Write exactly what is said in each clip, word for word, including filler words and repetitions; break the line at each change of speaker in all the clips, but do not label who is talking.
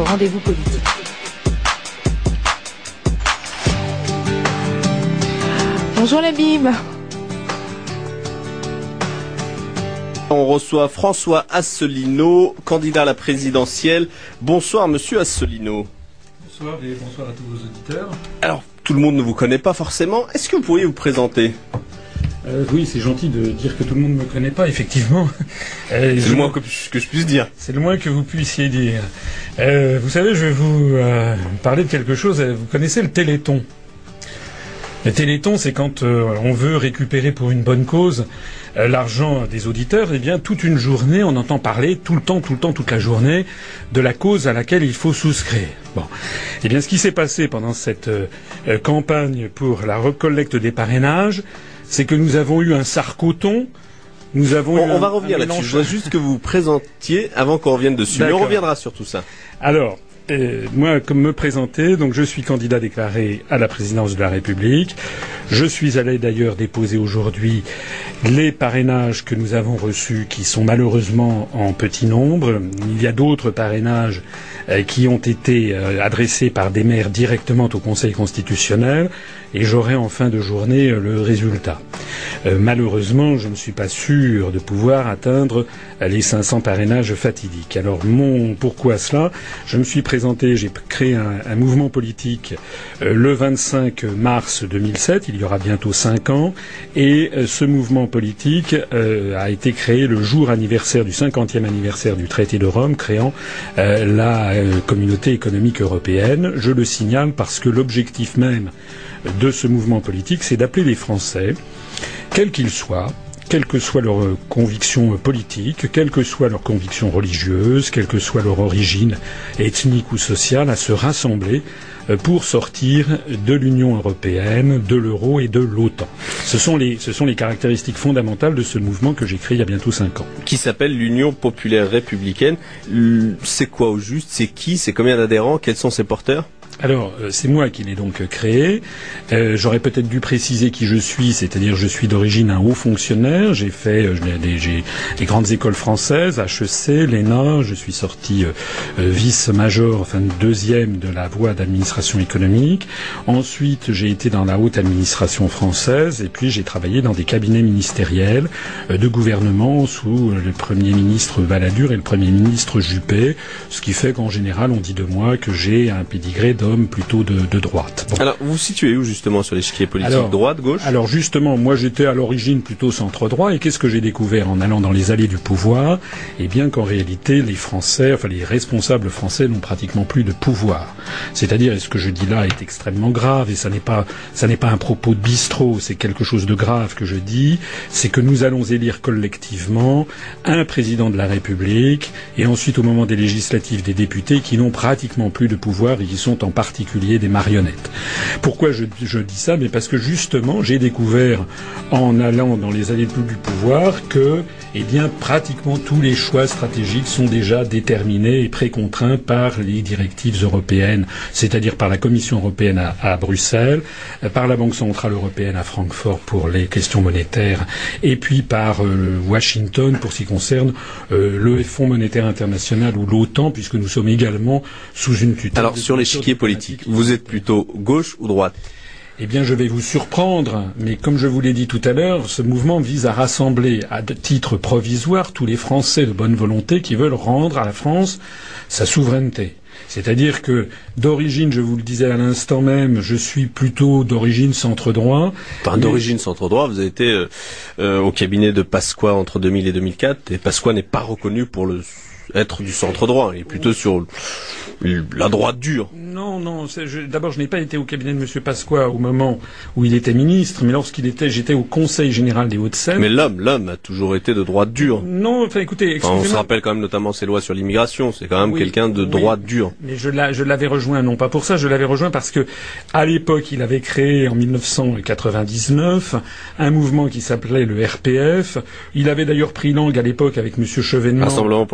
rendez-vous politique. Bonjour la Bible.
On reçoit François Asselineau, candidat à la présidentielle. Bonsoir monsieur Asselineau.
Bonsoir et bonsoir à tous vos auditeurs.
Alors, tout le monde ne vous connaît pas forcément. Est-ce que vous pourriez vous présenter ?
euh, Oui, c'est gentil de dire que tout le monde ne me connaît pas, effectivement. Euh,
c'est
je...
le moins que, que je puisse dire.
C'est le moins que vous puissiez dire. Euh, vous savez, je vais vous euh, parler de quelque chose. Vous connaissez le Téléthon ? Le Téléthon, c'est quand euh, on veut récupérer pour une bonne cause euh, l'argent des auditeurs. Eh bien, toute une journée, on entend parler tout le temps, tout le temps, toute la journée de la cause à laquelle il faut souscrire. Bon, eh bien, ce qui s'est passé pendant cette euh, campagne pour la recollecte des parrainages, c'est que nous avons eu un Sarkoton. Nous avons
bon,
eu
on
un,
va revenir là-dessus. Je voudrais juste que vous vous présentiez avant qu'on revienne dessus. Mais on reviendra sur tout ça.
Alors. Et moi, comme me présenter, donc je suis candidat déclaré à la présidence de la République. Je suis allé d'ailleurs déposer aujourd'hui les parrainages que nous avons reçus, qui sont malheureusement en petit nombre. Il y a d'autres parrainages euh, qui ont été euh, adressés par des maires directement au Conseil constitutionnel, et j'aurai en fin de journée euh, le résultat. Euh, malheureusement, je ne suis pas sûr de pouvoir atteindre euh, les cinq cents parrainages fatidiques. Alors, mon pourquoi cela ? Je me suis présenté, j'ai créé un, un mouvement politique euh, le vingt-cinq mars deux mille sept, il y aura bientôt cinq ans, et euh, ce mouvement politique euh, a été créé le jour anniversaire du cinquantième anniversaire du traité de Rome, créant euh, la euh, communauté économique européenne. Je le signale parce que l'objectif même de ce mouvement politique, c'est d'appeler les Français, quels qu'ils soient, quelle que soit leur conviction politique, quelle que soit leur conviction religieuse, quelle que soit leur origine ethnique ou sociale, à se rassembler pour sortir de l'Union européenne, de l'euro et de l'OTAN. Ce sont les, ce sont les caractéristiques fondamentales de ce mouvement que j'ai créé il y a bientôt cinq ans.
Qui s'appelle l'Union populaire républicaine. C'est quoi au juste ? C'est qui ? C'est combien d'adhérents ? Quels sont ses porteurs ?
Alors, euh, c'est moi qui l'ai donc créé. Euh, j'aurais peut-être dû préciser qui je suis, c'est-à-dire je suis d'origine un haut fonctionnaire. J'ai fait euh, des, j'ai des grandes écoles françaises, H E C, l'E N A. Je suis sorti euh, euh, vice-major, enfin deuxième de la voie d'administration économique. Ensuite, j'ai été dans la haute administration française, et puis j'ai travaillé dans des cabinets ministériels euh, de gouvernement sous euh, le Premier ministre Balladur et le Premier ministre Juppé, ce qui fait qu'en général, on dit de moi que j'ai un pédigré d'homme plutôt de, de droite. Bon.
Alors, vous vous situez où justement sur l'échiquier politique ?
Alors,
droite, gauche ?
Alors justement, moi j'étais à l'origine plutôt centre-droit, et qu'est-ce que j'ai découvert en allant dans les allées du pouvoir ? Eh bien qu'en réalité, les Français, enfin les responsables français n'ont pratiquement plus de pouvoir. C'est-à-dire, et ce que je dis là est extrêmement grave, et ça n'est pas, ça n'est pas un propos de bistrot, c'est quelque chose de grave que je dis, c'est que nous allons élire collectivement un président de la République, et ensuite au moment des législatives des députés qui n'ont pratiquement plus de pouvoir et qui sont en particulier des marionnettes. Pourquoi je, je dis ça ? Mais parce que justement, j'ai découvert en allant dans les allées du pouvoir que, eh bien, pratiquement tous les choix stratégiques sont déjà déterminés et précontraints par les directives européennes, c'est-à-dire par la Commission européenne à, à Bruxelles, par la Banque centrale européenne à Francfort pour les questions monétaires, et puis par euh, Washington pour ce qui concerne euh, le Fonds monétaire international ou l'OTAN, puisque nous sommes également sous une tutelle.
Alors, sur l'échiquier politique, vous êtes plutôt gauche ou droite ?
Eh bien, je vais vous surprendre, mais comme je vous l'ai dit tout à l'heure, ce mouvement vise à rassembler à titre provisoire tous les Français de bonne volonté qui veulent rendre à la France sa souveraineté. C'est-à-dire que, d'origine, je vous le disais à l'instant même, je suis plutôt d'origine centre-droit.
Enfin, mais... d'origine centre-droit, vous avez été euh, euh, au cabinet de Pasqua entre deux mille et deux mille quatre, et Pasqua n'est pas reconnu pour le... être du centre-droit, il est plutôt sur la droite dure.
Non, non, je, d'abord je n'ai pas été au cabinet de M. Pasqua au moment où il était ministre, mais lorsqu'il était, j'étais au Conseil général des Hauts-de-Seine.
Mais l'homme, l'homme a toujours été de droite dure.
Non, enfin écoutez, excusez-moi.
Enfin, on se rappelle quand même notamment ses lois sur l'immigration, c'est quand même oui, quelqu'un de droite
oui,
dure.
Mais je, l'a, je l'avais rejoint, non pas pour ça, je l'avais rejoint parce que, à l'époque, il avait créé en mille neuf cent quatre-vingt-dix-neuf un mouvement qui s'appelait le R P F. Il avait d'ailleurs pris langue à l'époque avec M. Chevènement.
Rassemblement pour la France, d'ailleurs.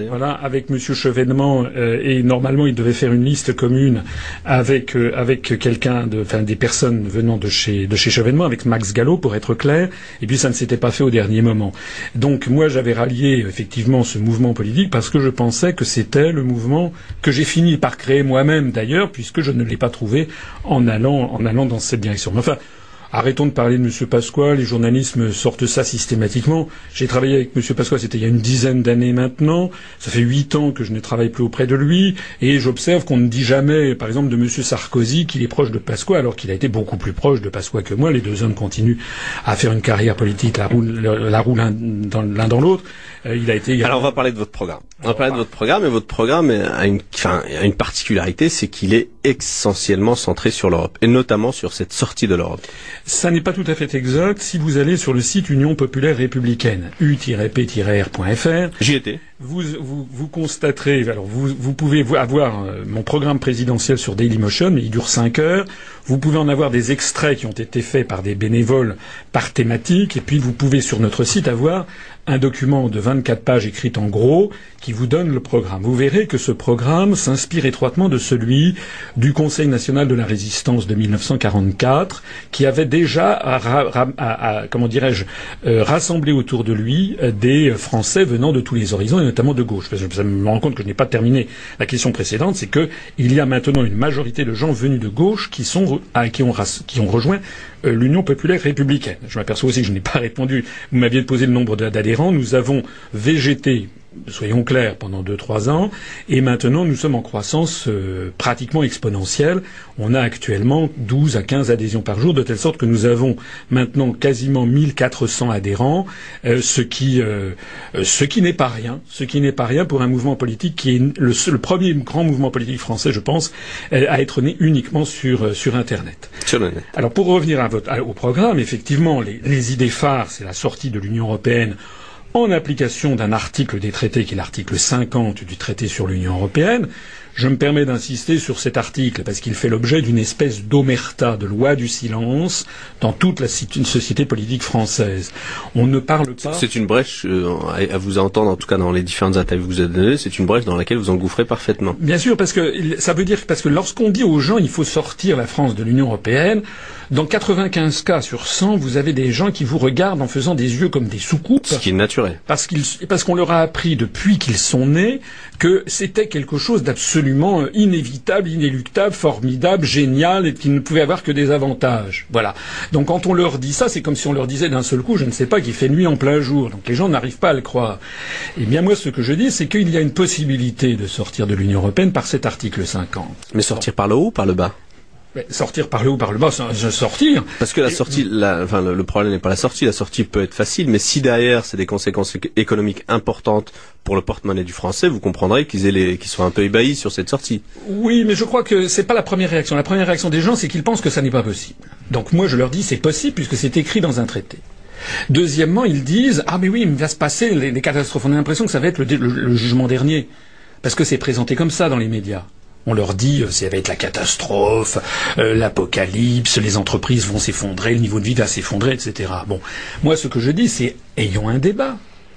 d'ailleurs.
Voilà, avec Monsieur Chevènement, euh, et normalement il devait faire une liste commune avec euh, avec quelqu'un de, enfin des personnes venant de chez de chez Chevènement, avec Max Gallo pour être clair. Et puis ça ne s'était pas fait au dernier moment. Donc moi j'avais rallié effectivement ce mouvement politique parce que je pensais que c'était le mouvement que j'ai fini par créer moi-même d'ailleurs, puisque je ne l'ai pas trouvé en allant en allant dans cette direction. Mais enfin. Arrêtons de parler de M. Pasqua, les journalistes sortent ça systématiquement. J'ai travaillé avec M. Pasqua, c'était il y a une dizaine d'années maintenant. Ça fait huit ans que je ne travaille plus auprès de lui. Et j'observe qu'on ne dit jamais, par exemple, de M. Sarkozy qu'il est proche de Pasqua, alors qu'il a été beaucoup plus proche de Pasqua que moi. Les deux hommes continuent à faire une carrière politique, la roue, la roue l'un dans, l'un dans l'autre. Euh, il a été...
Alors on va parler de votre programme. On va parler de votre programme, et votre programme a une, enfin, a une particularité, c'est qu'il est essentiellement centré sur l'Europe, et notamment sur cette sortie de l'Europe.
Ça n'est pas tout à fait exact. Si vous allez sur le site Union Populaire Républicaine, u tiret p tiret r point f r,
j'y étais.
Vous, vous, vous constaterez, alors vous, vous pouvez avoir euh, mon programme présidentiel sur Dailymotion, mais il dure cinq heures. Vous pouvez en avoir des extraits qui ont été faits par des bénévoles par thématique, et puis vous pouvez sur notre site avoir un document de vingt-quatre pages écrit en gros qui vous donne le programme. Vous verrez que ce programme s'inspire étroitement de celui du Conseil national de la résistance de mille neuf cent quarante-quatre, qui avait déjà, à, à, à, à, comment dirais-je, euh, rassemblé autour de lui euh, des Français venant de tous les horizons, et notamment de gauche. Parce que ça me rend compte que je n'ai pas terminé la question précédente, c'est que il y a maintenant une majorité de gens venus de gauche qui sont à, qui ont qui ont rejoint euh, l'Union populaire républicaine. Je m'aperçois aussi que je n'ai pas répondu. Vous m'aviez posé le nombre d'adhérents. Nous avons végété, soyons clairs, pendant deux trois ans, et maintenant nous sommes en croissance euh, pratiquement exponentielle. On a actuellement douze à quinze adhésions par jour, de telle sorte que nous avons maintenant quasiment mille quatre cents adhérents, euh, ce qui euh, ce qui n'est pas rien, ce qui n'est pas rien pour un mouvement politique qui est le, le premier grand mouvement politique français, je pense, à être né uniquement sur sur Internet.
Sur le net.
Alors pour revenir à votre, à, au programme, effectivement, les, les idées phares, c'est la sortie de l'Union européenne en application d'un article des traités qui est l'article cinquante du traité sur l'Union européenne. Je me permets d'insister sur cet article parce qu'il fait l'objet d'une espèce d'omerta, de loi du silence dans toute la une société politique française. On ne parle pas...
C'est une brèche, euh, à vous entendre, en tout cas dans les différentes interviews que vous avez données, c'est une brèche dans laquelle vous engouffrez parfaitement.
Bien sûr, parce que ça veut dire parce que lorsqu'on dit aux gens il faut sortir la France de l'Union européenne, dans quatre-vingt-quinze cas sur cent, vous avez des gens qui vous regardent en faisant des yeux comme des soucoupes.
Ce qui est naturel.
Parce qu'ils, parce qu'on leur a appris depuis qu'ils sont nés que c'était quelque chose d'absolument inévitable, inéluctable, formidable, génial, et qu'il ne pouvait avoir que des avantages. Voilà. Donc quand on leur dit ça, c'est comme si on leur disait d'un seul coup, je ne sais pas, qu'il fait nuit en plein jour. Donc les gens n'arrivent pas à le croire. Eh bien moi, ce que je dis, c'est qu'il y a une possibilité de sortir de l'Union européenne par cet article cinquante.
Mais sortir par le haut ou par le bas?
Mais sortir par le haut ou par le bas, c'est sortir.
Parce que la sortie, la, enfin, le, le problème n'est pas la sortie. La sortie peut être facile, mais si derrière c'est des conséquences économiques importantes pour le porte-monnaie du français, vous comprendrez qu'ils aient les, qu'ils soient un peu ébahis sur cette sortie.
Oui, mais je crois que c'est pas la première réaction. La première réaction des gens, c'est qu'ils pensent que ça n'est pas possible. Donc moi, je leur dis c'est possible puisque c'est écrit dans un traité. Deuxièmement, ils disent ah mais oui, il va se passer les, les catastrophes. On a l'impression que ça va être le, le, le jugement dernier parce que c'est présenté comme ça dans les médias. On leur dit, euh, ça va être la catastrophe, euh, l'apocalypse, les entreprises vont s'effondrer, le niveau de vie va s'effondrer, et cetera. Bon, moi, ce que je dis, c'est ayons un débat.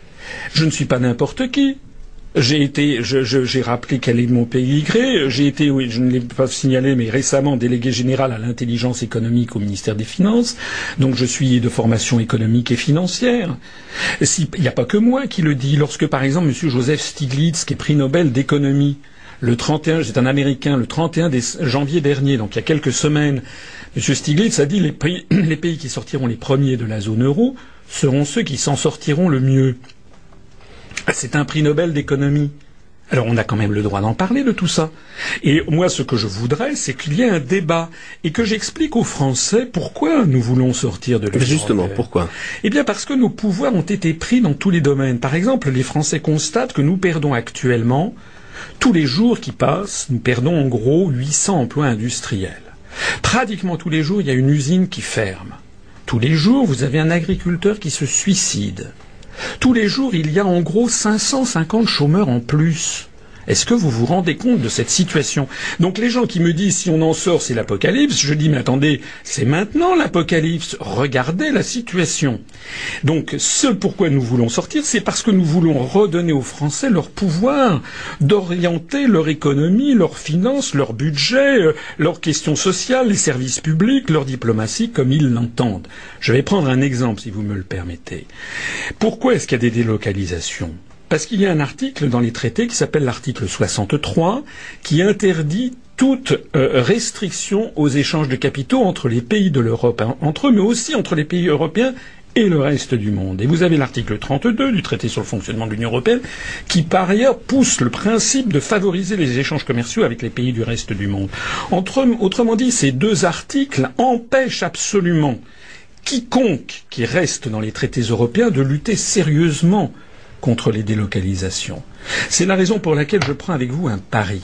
Je ne suis pas n'importe qui. J'ai été, je, je, j'ai rappelé quel est mon pédigré. J'ai été, oui, je ne l'ai pas signalé, mais récemment délégué général à l'intelligence économique au ministère des Finances. Donc, je suis de formation économique et financière. Si, il n'y a pas que moi qui le dis. Lorsque, par exemple, M. Joseph Stiglitz, qui est prix Nobel d'économie, le trente et un, c'est un Américain, le trente et un janvier dernier, donc il y a quelques semaines, M. Stiglitz a dit les pays, les pays qui sortiront les premiers de la zone euro seront ceux qui s'en sortiront le mieux. C'est un prix Nobel d'économie. Alors on a quand même le droit d'en parler de tout ça. Et moi, ce que je voudrais, c'est qu'il y ait un débat et que j'explique aux Français pourquoi nous voulons sortir de l'Union européenne.
Justement, pourquoi?
Eh bien parce que nos pouvoirs ont été pris dans tous les domaines. Par exemple, les Français constatent que nous perdons actuellement tous les jours qui passent, nous perdons en gros huit cents emplois industriels. Pratiquement tous les jours, il y a une usine qui ferme. Tous les jours, vous avez un agriculteur qui se suicide. Tous les jours, il y a en gros cinq cent cinquante chômeurs en plus. Est-ce que vous vous rendez compte de cette situation? Donc les gens qui me disent si on en sort c'est l'apocalypse, je dis mais attendez, c'est maintenant l'apocalypse, regardez la situation. Donc ce pourquoi nous voulons sortir, c'est parce que nous voulons redonner aux Français leur pouvoir d'orienter leur économie, leurs finances, leur budget, euh, leurs questions sociales, les services publics, leur diplomatie comme ils l'entendent. Je vais prendre un exemple si vous me le permettez. Pourquoi est-ce qu'il y a des délocalisations? Parce qu'il y a un article dans les traités qui s'appelle l'article soixante-trois qui interdit toute euh, restriction aux échanges de capitaux entre les pays de l'Europe, hein, entre eux, mais aussi entre les pays européens et le reste du monde. Et vous avez l'article trente-deux du traité sur le fonctionnement de l'Union européenne qui, par ailleurs, pousse le principe de favoriser les échanges commerciaux avec les pays du reste du monde. Entre, autrement dit, ces deux articles empêchent absolument quiconque qui reste dans les traités européens de lutter sérieusement contre les délocalisations. C'est la raison pour laquelle je prends avec vous un pari.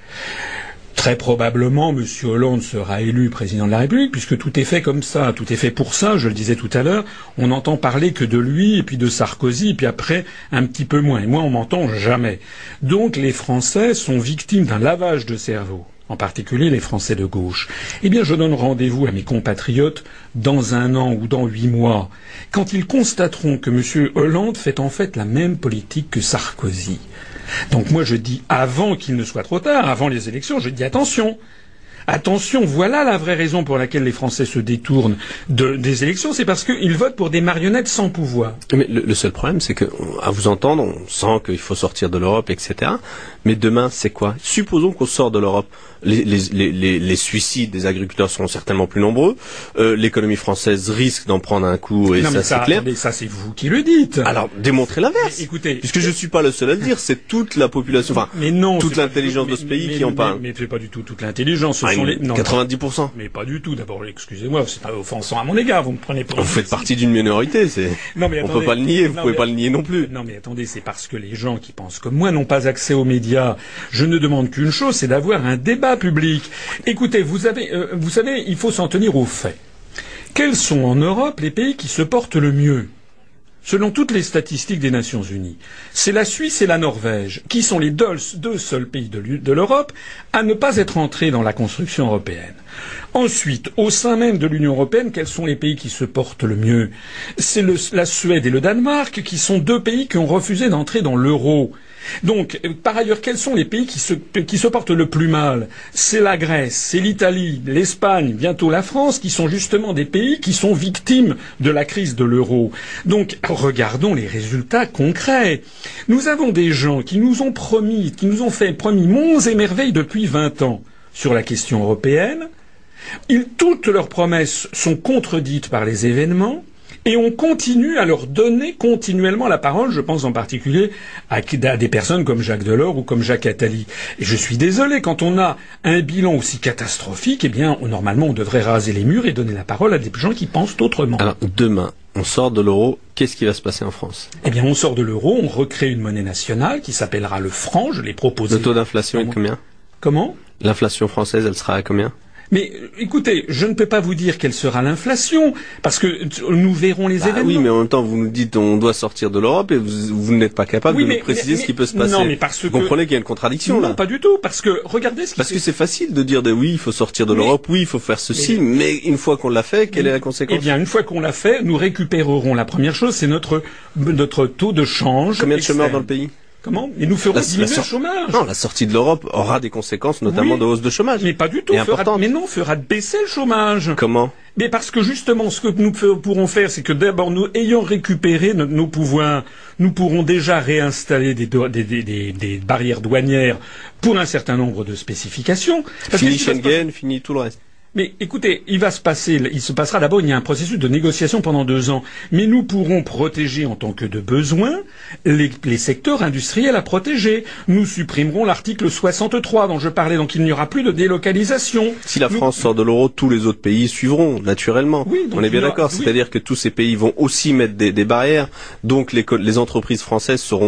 Très probablement, M. Hollande sera élu président de la République, puisque tout est fait comme ça, tout est fait pour ça, je le disais tout à l'heure. On n'entend parler que de lui, et puis de Sarkozy, et puis après, un petit peu moins. Et moi, on m'entend jamais. Donc, les Français sont victimes d'un lavage de cerveau, en particulier les Français de gauche. Eh bien, je donne rendez-vous à mes compatriotes dans un an ou dans huit mois, quand ils constateront que M. Hollande fait en fait la même politique que Sarkozy. Donc moi je dis, avant qu'il ne soit trop tard, avant les élections, je dis attention. Attention, voilà la vraie raison pour laquelle les Français se détournent de, des élections, c'est parce qu'ils votent pour des marionnettes sans pouvoir.
Mais le, le seul problème, c'est que, à vous entendre, on sent qu'il faut sortir de l'Europe, et cetera. Mais demain, c'est quoi? Supposons qu'on sort de l'Europe. Les, les, les, les suicides des agriculteurs seront certainement plus nombreux. Euh, l'économie française risque d'en prendre un coup, et
non,
ça,
ça
c'est clair.
Mais ça, c'est vous qui le dites.
Alors, démontrez l'inverse.
Écoutez,
puisque je suis pas le seul à le dire, c'est toute la population, enfin,
mais non,
toute l'intelligence de ce pays
mais,
qui en
mais,
parle.
Mais, mais c'est pas du tout toute l'intelligence. Ce
ah,
sont les non,
quatre-vingt-dix pour cent.
Mais pas du tout. D'abord, excusez-moi, c'est pas offensant à mon égard. Vous me prenez pour.
Vous faites partie d'une minorité. C'est.
Non, mais
attendez, on peut pas le nier. Vous
non,
pouvez
mais,
pas le nier non plus.
Non, mais attendez, c'est parce que les gens qui pensent comme moi n'ont pas accès aux médias. Je ne demande qu'une chose, c'est d'avoir un débat public. Écoutez, vous avez, euh, vous savez, il faut s'en tenir aux faits. Quels sont en Europe les pays qui se portent le mieux? Selon toutes les statistiques des Nations Unies, c'est la Suisse et la Norvège qui sont les deux, deux seuls pays de, de l'Europe à ne pas être entrés dans la construction européenne. Ensuite, au sein même de l'Union européenne, quels sont les pays qui se portent le mieux? C'est le, la Suède et le Danemark qui sont deux pays qui ont refusé d'entrer dans l'euro. Donc, par ailleurs, quels sont les pays qui se, qui se portent le plus mal? C'est la Grèce, c'est l'Italie, l'Espagne, bientôt la France, qui sont justement des pays qui sont victimes de la crise de l'euro. Donc, regardons les résultats concrets. Nous avons des gens qui nous ont promis, qui nous ont fait promis monts et merveilles depuis vingt ans sur la question européenne. Ils, toutes leurs promesses sont contredites par les événements. Et on continue à leur donner continuellement la parole, je pense en particulier à des personnes comme Jacques Delors ou comme Jacques Attali. Et je suis désolé, quand on a un bilan aussi catastrophique, eh bien, on, normalement, on devrait raser les murs et donner la parole à des gens qui pensent autrement.
Alors, demain, on sort de l'euro, qu'est-ce qui va se passer en France?
Eh bien, on sort de l'euro, on recrée une monnaie nationale qui s'appellera le franc, je l'ai proposé.
Le taux d'inflation est de combien?
Comment?
L'inflation française, elle sera à combien?
Mais écoutez, je ne peux pas vous dire quelle sera l'inflation, parce que nous verrons les
bah
événements.
Oui, mais en même temps, vous nous dites on doit sortir de l'Europe et vous, vous n'êtes pas capable
oui,
de
mais,
nous préciser
mais,
ce qui peut se passer.
Non, mais parce que...
Vous comprenez qu'il y a une contradiction là?
Non, pas du tout, parce que regardez ce qui
Parce que c'est facile de dire de oui, il faut sortir de l'Europe, oui, il faut faire ceci, mais, mais une fois qu'on l'a fait, quelle
mais,
est la conséquence?
Eh bien, une fois qu'on l'a fait, nous récupérerons la première chose, c'est notre notre taux de change.
Combien de
externe.
chômeurs dans le pays?
Comment? Et nous ferons
la,
diminuer
la
le chômage.
Non, la sortie de l'Europe aura des conséquences, notamment
oui,
de hausse de chômage.
Mais pas du tout. Fera, mais non, fera baisser le chômage.
Comment?
Mais parce que justement, ce que nous pourrons faire, c'est que d'abord, nous ayant récupéré nos, nos pouvoirs, nous pourrons déjà réinstaller des, des, des, des, des barrières douanières pour un certain nombre de spécifications.
Parce fini Schengen, fini tout le reste.
Mais écoutez, il va se passer, il se passera d'abord, il y a un processus de négociation pendant deux ans. Mais nous pourrons protéger en tant que de besoin les, les secteurs industriels à protéger. Nous supprimerons l'article soixante-trois dont je parlais, donc il n'y aura plus de délocalisation.
Si la
nous...
France sort de l'euro, tous les autres pays suivront, naturellement.
Oui, donc
on est bien
aura...
d'accord.
Oui.
C'est-à-dire que tous ces pays vont aussi mettre des, des barrières. Donc les, les entreprises françaises seront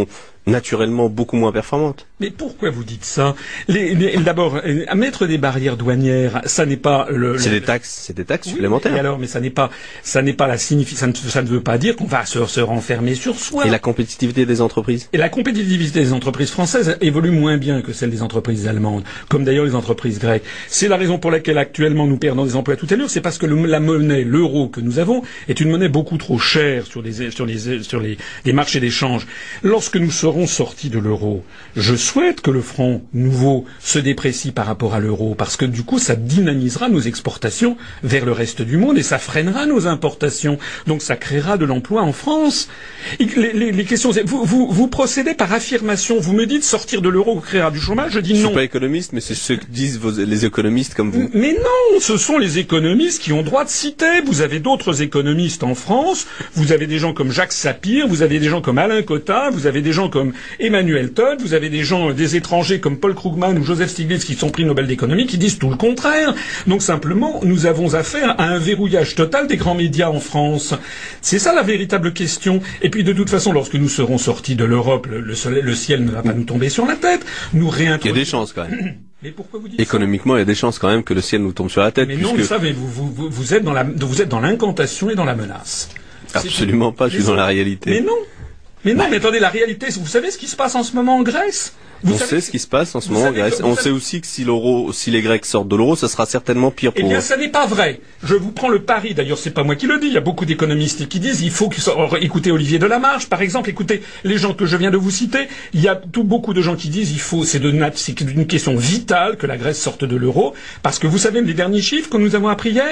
naturellement beaucoup moins performante.
Mais pourquoi vous dites ça? les, les, D'abord, à mettre des barrières douanières, ça n'est pas le.
C'est
le...
des taxes, c'est des taxes
oui,
supplémentaires.
Mais alors, mais ça n'est pas, ça n'est pas la signifie, ça ne, ça ne veut pas dire qu'on va se, se renfermer sur soi.
Et la compétitivité des entreprises.
Et la compétitivité des entreprises françaises évolue moins bien que celle des entreprises allemandes, comme d'ailleurs les entreprises grecques. C'est la raison pour laquelle actuellement nous perdons des emplois à toute allure. C'est parce que le, la monnaie, l'euro que nous avons, est une monnaie beaucoup trop chère sur les sur les sur les, les marchés d'échange. Lorsque nous serons sortis de l'euro, je souhaite que le franc nouveau se déprécie par rapport à l'euro, parce que du coup, ça dynamisera nos exportations vers le reste du monde et ça freinera nos importations. Donc, ça créera de l'emploi en France. Et les, les, les questions, vous, vous, vous procédez par affirmation. Vous me dites sortir de l'euro créera du chômage. Je dis non.
Je suis pas économiste, mais c'est ce que disent vos, les économistes comme vous.
Mais non, ce sont les économistes qui ont droit de citer. Vous avez d'autres économistes en France. Vous avez des gens comme Jacques Sapir. Vous avez des gens comme Alain Cotta. Vous avez des gens comme Emmanuel Todd, vous avez des gens, des étrangers comme Paul Krugman ou Joseph Stiglitz qui sont prix Nobel d'économie qui disent tout le contraire. Donc simplement, nous avons affaire à un verrouillage total des grands médias en France. C'est ça la véritable question. Et puis de toute façon, lorsque nous serons sortis de l'Europe, le, le, soleil, le ciel ne va pas nous tomber sur la tête. Nous réintroduisons.
Il y a des chances quand même.
Mais pourquoi vous dites
Économiquement,
ça?
il y a des chances quand même que le ciel nous tombe sur la tête.
Mais
puisque...
non, mais ça, mais vous, vous, vous, vous êtes dans la, vous êtes dans l'incantation et dans la menace.
Absolument pas, je suis dans la réalité.
Mais non. Mais non, mais attendez, la réalité, vous savez ce qui se passe en ce moment en Grèce? Vous
on
savez
sait ce qui se passe en ce moment en Grèce.
Que,
on
savez...
sait aussi que si l'euro, si les Grecs sortent de l'euro, ça sera certainement pire pour eux.
Eh bien, ça n'est pas vrai. Je vous prends le pari. D'ailleurs, c'est pas moi qui le dis. Il y a beaucoup d'économistes qui disent il faut que écoutez Olivier Delamarche, par exemple. Écoutez les gens que je viens de vous citer. Il y a tout beaucoup de gens qui disent il faut, c'est de c'est une question vitale que la Grèce sorte de l'euro, parce que vous savez les derniers chiffres que nous avons appris hier.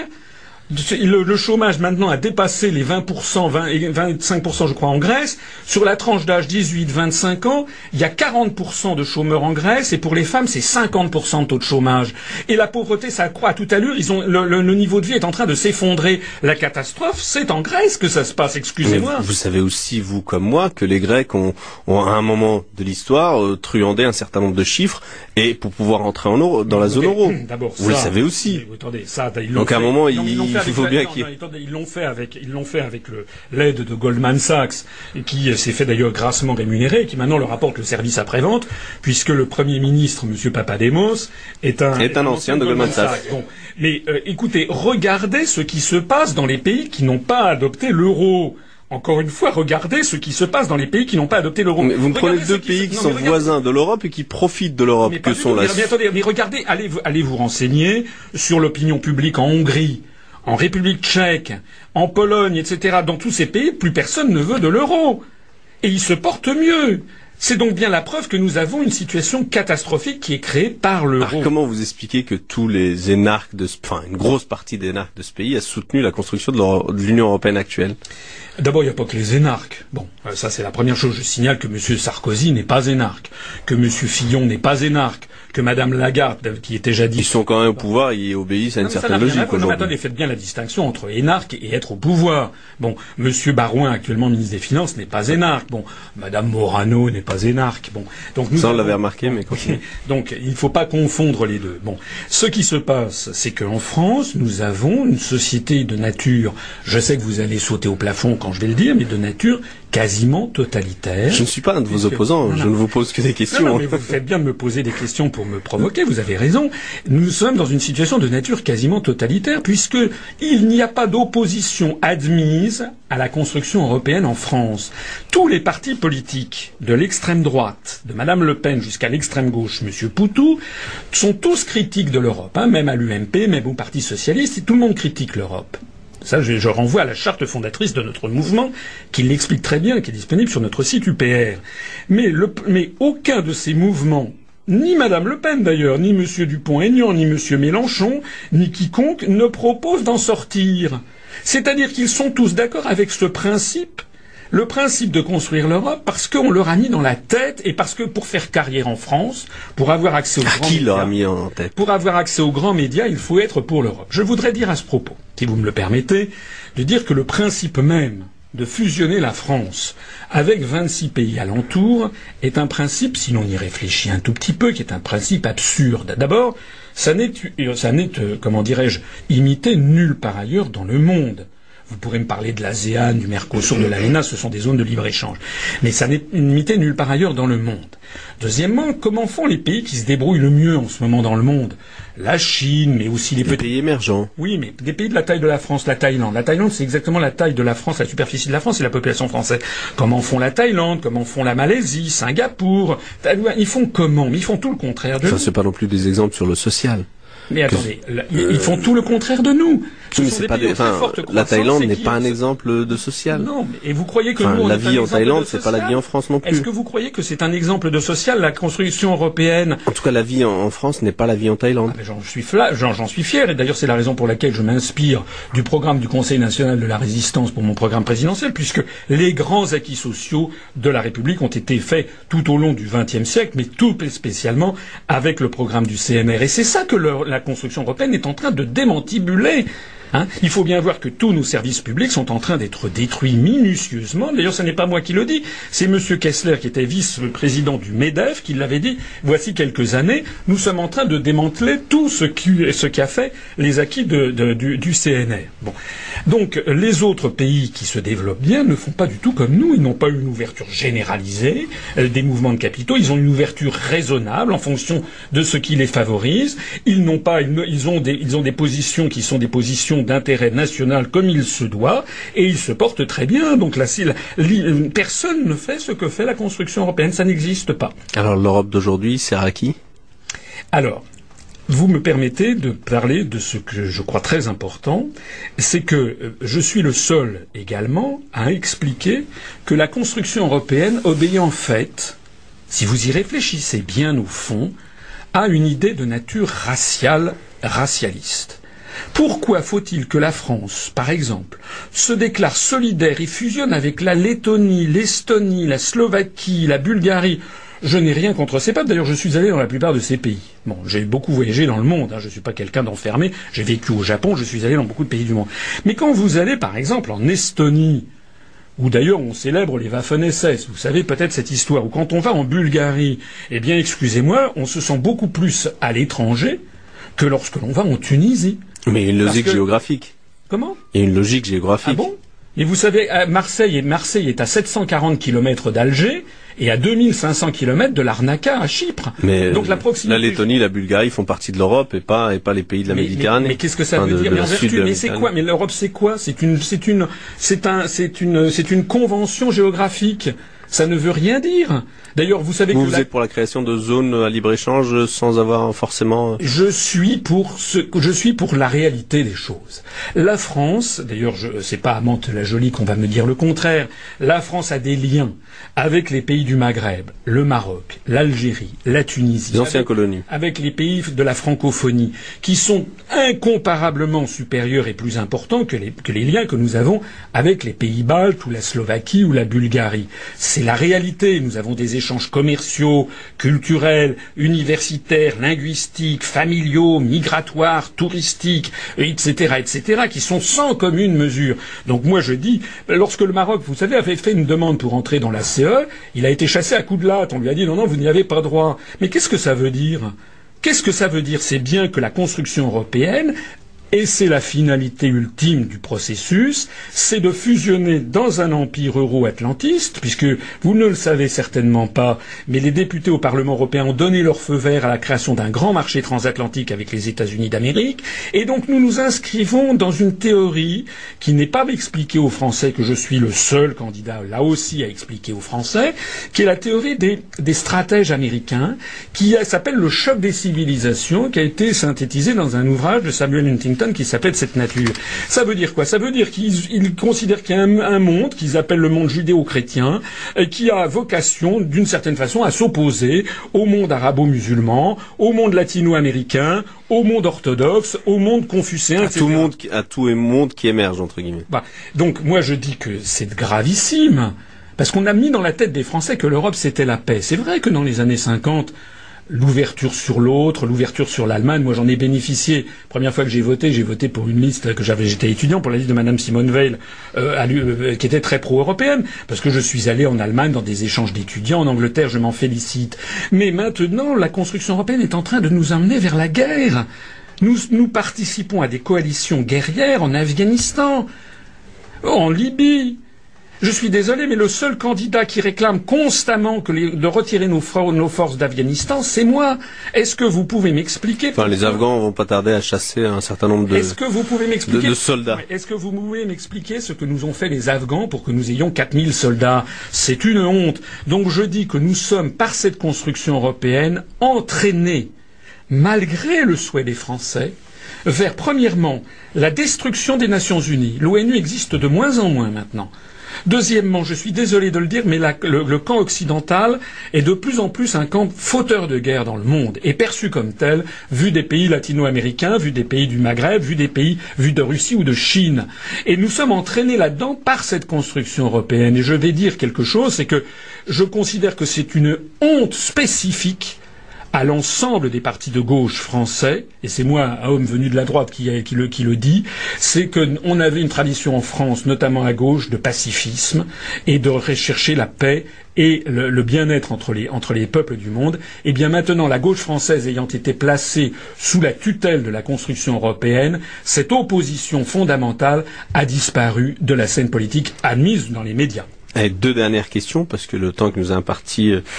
Le, le chômage maintenant a dépassé les vingt pour cent, vingt et vingt-cinq pour cent je crois en Grèce. Sur la tranche d'âge dix-huit vingt-cinq ans, il y a quarante pour cent de chômeurs en Grèce et pour les femmes c'est cinquante pour cent de taux de chômage. Et la pauvreté ça accroît à toute allure. Ils ont le, le, le niveau de vie est en train de s'effondrer. La catastrophe c'est en Grèce que ça se passe. Excusez-moi.
Mais vous savez aussi vous comme moi que les Grecs ont, ont à un moment de l'histoire euh, truandé un certain nombre de chiffres et pour pouvoir entrer en euro dans la zone euro.
D'abord,
vous
ça,
le savez aussi.
Mais, attendez, ça, ils
Donc
fait,
à un moment
non,
il il faut bien qu'il.
Ils l'ont fait avec, ils l'ont fait avec le, l'aide de Goldman Sachs, qui s'est fait d'ailleurs grassement rémunéré, et qui maintenant leur apporte le service après-vente, puisque le Premier ministre, Monsieur Papademos, est un,
est un ancien de Goldman Sachs. Sachs.
Bon. Mais euh, écoutez, regardez ce qui se passe dans les pays qui n'ont pas adopté l'euro. Encore une fois, regardez ce qui se passe dans les pays qui n'ont pas adopté l'euro.
Mais vous me prenez deux
qui
pays
se...
qui
non,
sont
regardez...
voisins de l'Europe et qui profitent de l'Europe, que sont
tout,
la...
Mais, attendez, mais regardez, allez, allez vous renseigner sur l'opinion publique en Hongrie, en République tchèque, en Pologne, et cetera. Dans tous ces pays, plus personne ne veut de l'euro. Et ils se portent mieux. C'est donc bien la preuve que nous avons une situation catastrophique qui est créée par l'euro.
Alors, comment vous expliquez que tous les énarques de ce, enfin, une grosse partie des énarques de ce pays a soutenu la construction de l'Union européenne actuelle?
D'abord, il n'y a pas que les énarques. Bon, ça c'est la première chose. Je signale que M. Sarkozy n'est pas énarque, que M. Fillon n'est pas énarque, que Mme Lagarde, qui était jadis...
Ils sont quand même au pouvoir, ils obéissent à une
non,
certaine logique aujourd'hui.
Non, mais attendez, faites bien la distinction entre énarque et être au pouvoir. Bon, M. Barouin, actuellement ministre des Finances, n'est pas énarque. Bon, Mme Morano n'est pas énarque. Bon, donc nous
ça on
avons...
l'avait remarqué, mais continuez.
Donc, il ne faut pas confondre les deux. Bon, ce qui se passe, c'est qu'en France, nous avons une société de nature, je sais que vous allez sauter au plafond quand je vais le dire, mais de nature quasiment totalitaire.
Je ne suis pas un de vos opposants, non, non. Je ne vous pose que des questions.
Non, non, mais vous faites bien de me poser des questions pour me provoquer, vous avez raison. Nous sommes dans une situation de nature quasiment totalitaire, puisque il n'y a pas d'opposition admise à la construction européenne en France. Tous les partis politiques, de l'extrême droite, de Madame Le Pen jusqu'à l'extrême gauche, Monsieur Poutou, sont tous critiques de l'Europe, hein, même à l'U M P, même au Parti socialiste, et tout le monde critique l'Europe. Ça, je, je renvoie à la charte fondatrice de notre mouvement, qui l'explique très bien, qui est disponible sur notre site U P R. Mais, le, mais aucun de ces mouvements, ni Madame Le Pen d'ailleurs, ni Monsieur Dupont-Aignan, ni Monsieur Mélenchon, ni quiconque, ne propose d'en sortir. C'est-à-dire qu'ils sont tous d'accord avec ce principe, le principe de construire l'Europe, parce qu'on leur a mis dans la tête, et parce que pour faire carrière en France, pour avoir accès aux
à
grands
qui
médias,
leur a mis en tête
pour avoir accès aux grands médias, il faut être pour l'Europe. Je voudrais dire à ce propos, si vous me le permettez, de dire que le principe même de fusionner la France avec vingt-six pays alentours est un principe, si l'on y réfléchit un tout petit peu, qui est un principe absurde. D'abord, ça n'est, ça n'est, comment dirais-je, imité nulle part ailleurs dans le monde. Vous pourrez me parler de l'ASEAN, du Mercosur, de l'ALENA, ce sont des zones de libre-échange. Mais ça n'est limité nulle part ailleurs dans le monde. Deuxièmement, comment font les pays qui se débrouillent le mieux en ce moment dans le monde? La Chine, mais aussi les,
les
petits
pays émergents.
Oui, mais des pays de la taille de la France, la Thaïlande. La Thaïlande, c'est exactement la taille de la France, la superficie de la France et la population française. Comment font la Thaïlande? Comment font la Malaisie, Singapour? Ils font comment? Mais ils font tout le contraire de
Enfin,
nous.
c'est pas non plus des exemples sur le social.
Mais attendez, que... ils font tout le contraire de nous. Ce
mais
sont
c'est
des
pas
pays
des... enfin,
forte
la Thaïlande n'est
qui...
pas un exemple de social.
Non, mais et vous croyez que
enfin,
nous, on
la
est
vie
un
en Thaïlande,
de
c'est pas la vie en France non plus.
Est-ce que vous croyez que c'est un exemple de social, la construction européenne?
En tout cas, la vie en France n'est pas la vie en Thaïlande.
Ah, j'en suis fla... j'en, j'en suis fier, et d'ailleurs c'est la raison pour laquelle je m'inspire du programme du Conseil national de la résistance pour mon programme présidentiel, puisque les grands acquis sociaux de la République ont été faits tout au long du vingtième siècle, mais tout spécialement avec le programme du C N R. Et c'est ça que le... la construction européenne est en train de démantibuler. Hein, il faut bien voir que tous nos services publics sont en train d'être détruits minutieusement. D'ailleurs, ce n'est pas moi qui le dis, c'est M. Kessler, qui était vice-président du MEDEF, qui l'avait dit voici quelques années. Nous sommes en train de démanteler tout ce qui, ce qu'a fait les acquis de, de, du, du C N R. Bon. Donc, les autres pays qui se développent bien ne font pas du tout comme nous. Ils n'ont pas une ouverture généralisée euh, des mouvements de capitaux. Ils ont une ouverture raisonnable en fonction de ce qui les favorise. Ils n'ont pas, ils, ils ont des, ils ont des positions qui sont des positions d'intérêt national comme il se doit, et ils se portent très bien. Donc là, la, la, personne ne fait ce que fait la construction européenne, ça n'existe pas.
Alors l'Europe d'aujourd'hui sert à qui?
Alors, vous me permettez de parler de ce que je crois très important, c'est que je suis le seul également à expliquer que la construction européenne obéit en fait, si vous y réfléchissez bien au fond, à une idée de nature raciale, racialiste. Pourquoi faut-il que la France, par exemple, se déclare solidaire et fusionne avec la Lettonie, l'Estonie, la Slovaquie, la Bulgarie? Je n'ai rien contre ces peuples. D'ailleurs, je suis allé dans la plupart de ces pays. Bon, j'ai beaucoup voyagé dans le monde. Hein. Je ne suis pas quelqu'un d'enfermé. J'ai vécu au Japon. Je suis allé dans beaucoup de pays du monde. Mais quand vous allez, par exemple, en Estonie, où d'ailleurs on célèbre les Waffen-S S, vous savez peut-être cette histoire, ou quand on va en Bulgarie, eh bien, excusez-moi, on se sent beaucoup plus à l'étranger que lorsque l'on va en Tunisie.
Mais il y a une logique
que...
géographique.
Comment?
Il y a une logique géographique.
Ah bon? Et vous savez, Marseille, Marseille est à sept cent quarante kilomètres d'Alger et à deux mille cinq cents kilomètres de Larnaca à Chypre.
Mais
donc la proximité.
La Lettonie, la Bulgarie font partie de l'Europe et pas et pas les pays de la
mais,
Méditerranée.
Mais, mais qu'est-ce que ça
enfin,
veut
de,
dire?
de
Mais en vertu, mais c'est quoi? Mais l'Europe, c'est quoi? C'est une, c'est une, c'est un, c'est une, c'est une convention géographique. Ça ne veut rien dire. D'ailleurs, vous savez
vous
que
vous
la...
êtes pour la création de zones à libre-échange sans avoir forcément...
Je suis pour ce, je suis pour la réalité des choses. La France, d'ailleurs, je, c'est pas à Mantes-la-Jolie qu'on va me dire le contraire. La France a des liens avec les pays du Maghreb, le Maroc, l'Algérie, la Tunisie.
Les anciennes
avec,
colonies.
Avec les pays de la francophonie, qui sont incomparablement supérieurs et plus importants que les, que les liens que nous avons avec les pays baltes ou la Slovaquie ou la Bulgarie. C'est la réalité. Nous avons des échanges commerciaux, culturels, universitaires, linguistiques, familiaux, migratoires, touristiques, et cetera, et cetera, qui sont sans commune mesure. Donc moi je dis, lorsque le Maroc, vous savez, avait fait une demande pour entrer dans la C E, il a été chassé à coups de latte. On lui a dit non, non, vous n'y avez pas droit. Mais qu'est-ce que ça veut dire? Qu'est-ce que ça veut dire? C'est bien que la construction européenne, et c'est la finalité ultime du processus, c'est de fusionner dans un empire euro-atlantiste, puisque vous ne le savez certainement pas, mais les députés au Parlement européen ont donné leur feu vert à la création d'un grand marché transatlantique avec les États-Unis d'Amérique, et donc nous nous inscrivons dans une théorie qui n'est pas expliquée aux Français, que je suis le seul candidat là aussi à expliquer aux Français, qui est la théorie des, des stratèges américains, qui s'appelle le choc des civilisations, qui a été synthétisé dans un ouvrage de Samuel Huntington qui s'appelle cette nature. Ça veut dire quoi? Ça veut dire qu'ils ils considèrent qu'il y a un, un monde qu'ils appellent le monde judéo-chrétien et qui a vocation, d'une certaine façon, à s'opposer au monde arabo-musulman, au monde latino-américain, au monde orthodoxe, au monde confucéen,
à
et cetera.
tout monde, à tout monde qui émerge entre guillemets.
Bah, donc moi je dis que c'est gravissime parce qu'on a mis dans la tête des Français que l'Europe c'était la paix. C'est vrai que dans les années cinquante, l'ouverture sur l'autre, l'ouverture sur l'Allemagne, moi j'en ai bénéficié. Première fois que j'ai voté, j'ai voté pour une liste que j'avais, j'étais étudiant, pour la liste de Madame Simone Veil, euh, à, euh, qui était très pro-européenne, parce que je suis allé en Allemagne dans des échanges d'étudiants, en Angleterre, je m'en félicite. Mais maintenant, la construction européenne est en train de nous emmener vers la guerre. Nous, nous participons à des coalitions guerrières en Afghanistan. En Libye. Je suis désolé, mais le seul candidat qui réclame constamment que les, de retirer nos, for- nos forces d'Afghanistan, c'est moi. Est-ce que vous pouvez m'expliquer
Enfin, les Afghans vont pas tarder à chasser un certain nombre de,
Est-ce que vous pouvez m'expliquer
de, de soldats.
Est-ce que vous pouvez m'expliquer ce que nous ont fait les Afghans pour que nous ayons quatre mille soldats? C'est une honte. Donc je dis que nous sommes, par cette construction européenne, entraînés, malgré le souhait des Français, vers, premièrement, la destruction des Nations Unies. L'ONU existe de moins en moins maintenant. Deuxièmement, je suis désolé de le dire, mais la, le, le camp occidental est de plus en plus un camp fauteur de guerre dans le monde, et perçu comme tel, vu des pays latino-américains, vu des pays du Maghreb, vu des pays, vu de Russie ou de Chine. Et nous sommes entraînés là-dedans par cette construction européenne. Et je vais dire quelque chose, c'est que je considère que c'est une honte spécifique à l'ensemble des partis de gauche français, et c'est moi, un homme venu de la droite, qui, qui, le, qui le dit, c'est qu'on avait une tradition en France, notamment à gauche, de pacifisme et de rechercher la paix et le, le bien-être entre les, entre les peuples du monde. Et bien maintenant, la gauche française ayant été placée sous la tutelle de la construction européenne, cette opposition fondamentale a disparu de la scène politique admise dans les médias.
Allez, deux dernières questions, parce que le temps que nous a imparti, euh,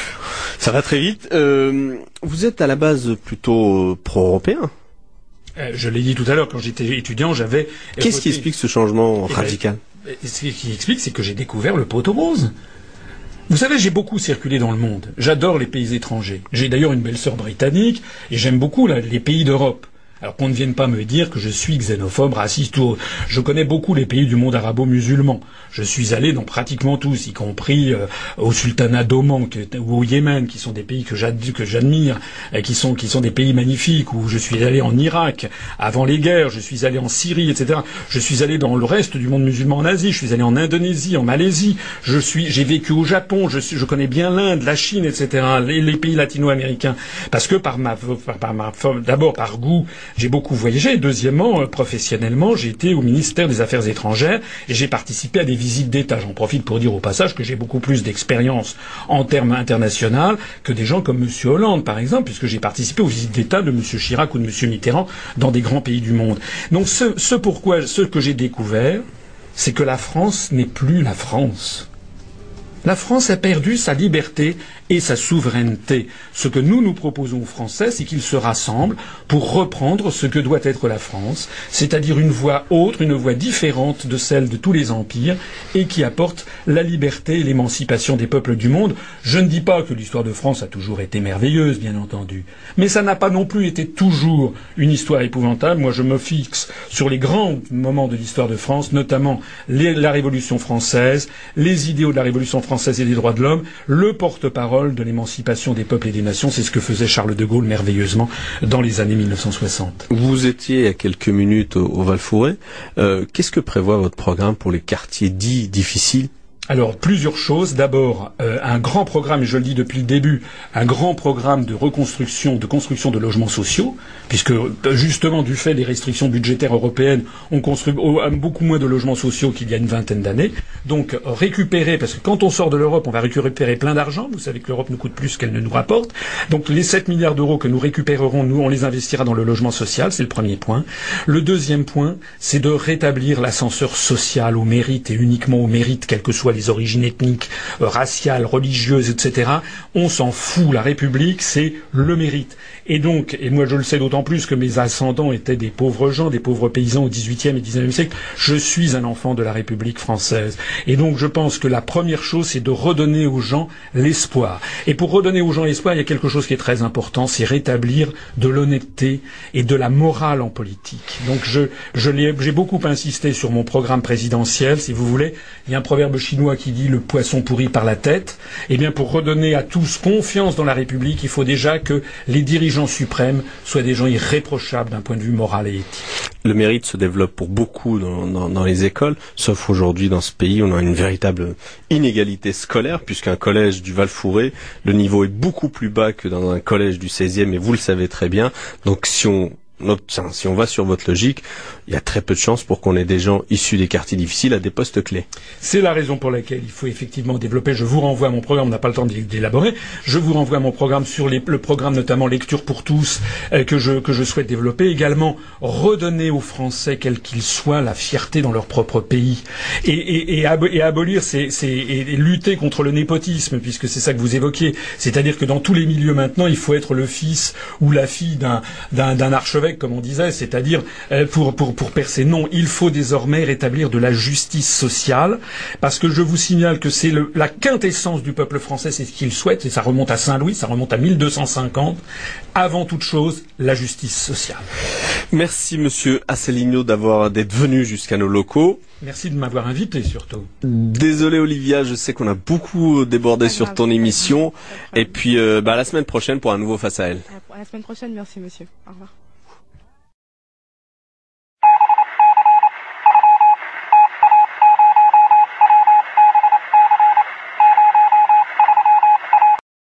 ça va très vite. Euh, vous êtes à la base plutôt euh, pro-européen.
Euh, je l'ai dit tout à l'heure, quand j'étais étudiant, j'avais...
Qu'est-ce qui explique ce changement
Eh ben,
radical?
Ce qui explique, c'est que j'ai découvert le pot aux roses. Vous savez, j'ai beaucoup circulé dans le monde. J'adore les pays étrangers. J'ai d'ailleurs une belle-sœur britannique, et j'aime beaucoup là, les pays d'Europe. Alors qu'on ne vienne pas me dire que je suis xénophobe, raciste ou... Je connais beaucoup les pays du monde arabo-musulman. Je suis allé dans pratiquement tous, y compris euh, au sultanat d'Oman que, ou au Yémen, qui sont des pays que, j'ad... que j'admire, et qui sont, qui sont des pays magnifiques, où je suis allé en Irak, avant les guerres, je suis allé en Syrie, et cetera. Je suis allé dans le reste du monde musulman en Asie, je suis allé en Indonésie, en Malaisie, je suis, j'ai vécu au Japon, je, suis, je connais bien l'Inde, la Chine, et cetera, les, les pays latino-américains. Parce que par ma, par, par ma, d'abord par goût, j'ai beaucoup voyagé. Deuxièmement, euh, professionnellement, j'ai été au ministère des Affaires étrangères et j'ai participé à des visites d'État. J'en profite pour dire au passage que j'ai beaucoup plus d'expérience en termes internationaux que des gens comme M. Hollande, par exemple, puisque j'ai participé aux visites d'État de M. Chirac ou de M. Mitterrand dans des grands pays du monde. Donc ce, ce pourquoi, ce que j'ai découvert, c'est que la France n'est plus la France. La France a perdu sa liberté et sa souveraineté. Ce que nous nous proposons aux Français, c'est qu'ils se rassemblent pour reprendre ce que doit être la France, c'est-à-dire une voie autre, une voie différente de celle de tous les empires et qui apporte la liberté et l'émancipation des peuples du monde. Je ne dis pas que l'histoire de France a toujours été merveilleuse, bien entendu, mais ça n'a pas non plus été toujours une histoire épouvantable. Moi, je me fixe sur les grands moments de l'histoire de France, notamment les, la Révolution française, les idéaux de la Révolution française, française et des droits de l'homme, le porte-parole de l'émancipation des peuples et des nations. C'est ce que faisait Charles de Gaulle merveilleusement dans les années mille neuf cent soixante.
Vous étiez il y a quelques minutes au, au Val-Fouré. Euh, qu'est-ce que prévoit votre programme pour les quartiers dits difficiles ?
Alors, plusieurs choses. D'abord, euh, un grand programme, et je le dis depuis le début, un grand programme de reconstruction, de construction de logements sociaux, puisque justement du fait des restrictions budgétaires européennes, on construit beaucoup moins de logements sociaux qu'il y a une vingtaine d'années. Donc, récupérer, parce que quand on sort de l'Europe, on va récupérer plein d'argent. Vous savez que l'Europe nous coûte plus qu'elle ne nous rapporte. Donc, les sept milliards d'euros que nous récupérerons, nous, on les investira dans le logement social, c'est le premier point. Le deuxième point, c'est de rétablir l'ascenseur social au mérite et uniquement au mérite, quel que soit les origines ethniques, euh, raciales, religieuses, et cetera. On s'en fout. La République, c'est le mérite. Et donc, et moi je le sais d'autant plus que mes ascendants étaient des pauvres gens, des pauvres paysans au dix-huitième et dix-neuvième siècle, je suis un enfant de la République française. Et donc je pense que la première chose, c'est de redonner aux gens l'espoir. Et pour redonner aux gens l'espoir, il y a quelque chose qui est très important, c'est rétablir de l'honnêteté et de la morale en politique. Donc je, je l'ai, j'ai beaucoup insisté sur mon programme présidentiel, si vous voulez. Il y a un proverbe chinois qui dit le poisson pourri par la tête. Eh bien, pour redonner à tous confiance dans la République, il faut déjà que les dirigeants suprêmes soient des gens irréprochables d'un point de vue moral et éthique.
Le mérite se développe pour beaucoup dans, dans, dans les écoles, sauf aujourd'hui dans ce pays, on a une véritable inégalité scolaire, puisqu'un collège du Val-Fouré, le niveau est beaucoup plus bas que dans un collège du seizième, et vous le savez très bien. Donc si on obtient, si on va sur votre logique, il y a très peu de chances pour qu'on ait des gens issus des quartiers difficiles à des postes clés.
C'est la raison pour laquelle il faut effectivement développer. Je vous renvoie à mon programme, on n'a pas le temps d'élaborer. Je vous renvoie à mon programme sur les, le programme notamment Lecture pour tous euh, que je que je souhaite développer. Également redonner aux Français, quels qu'ils soient, la fierté dans leur propre pays et, et, et, ab- et abolir ces, ces et, et lutter contre le népotisme, puisque c'est ça que vous évoquiez. C'est-à-dire que dans tous les milieux maintenant, il faut être le fils ou la fille d'un d'un, d'un archevêque, comme on disait, c'est-à-dire euh, pour pour pour percer. Non, il faut désormais rétablir de la justice sociale, parce que je vous signale que c'est le, la quintessence du peuple français, c'est ce qu'il souhaite, et ça remonte à Saint-Louis, ça remonte à mille deux cent cinquante. Avant toute chose, la justice sociale.
Merci Monsieur Asselineau d'avoir d'être venu jusqu'à nos locaux.
Merci de m'avoir invité surtout.
Désolé Olivia, je sais qu'on a beaucoup débordé sur
grave,
ton émission.
grave.
Et puis euh, bah, la semaine prochaine pour un nouveau Face à elle.
À la semaine prochaine, merci monsieur. Au revoir.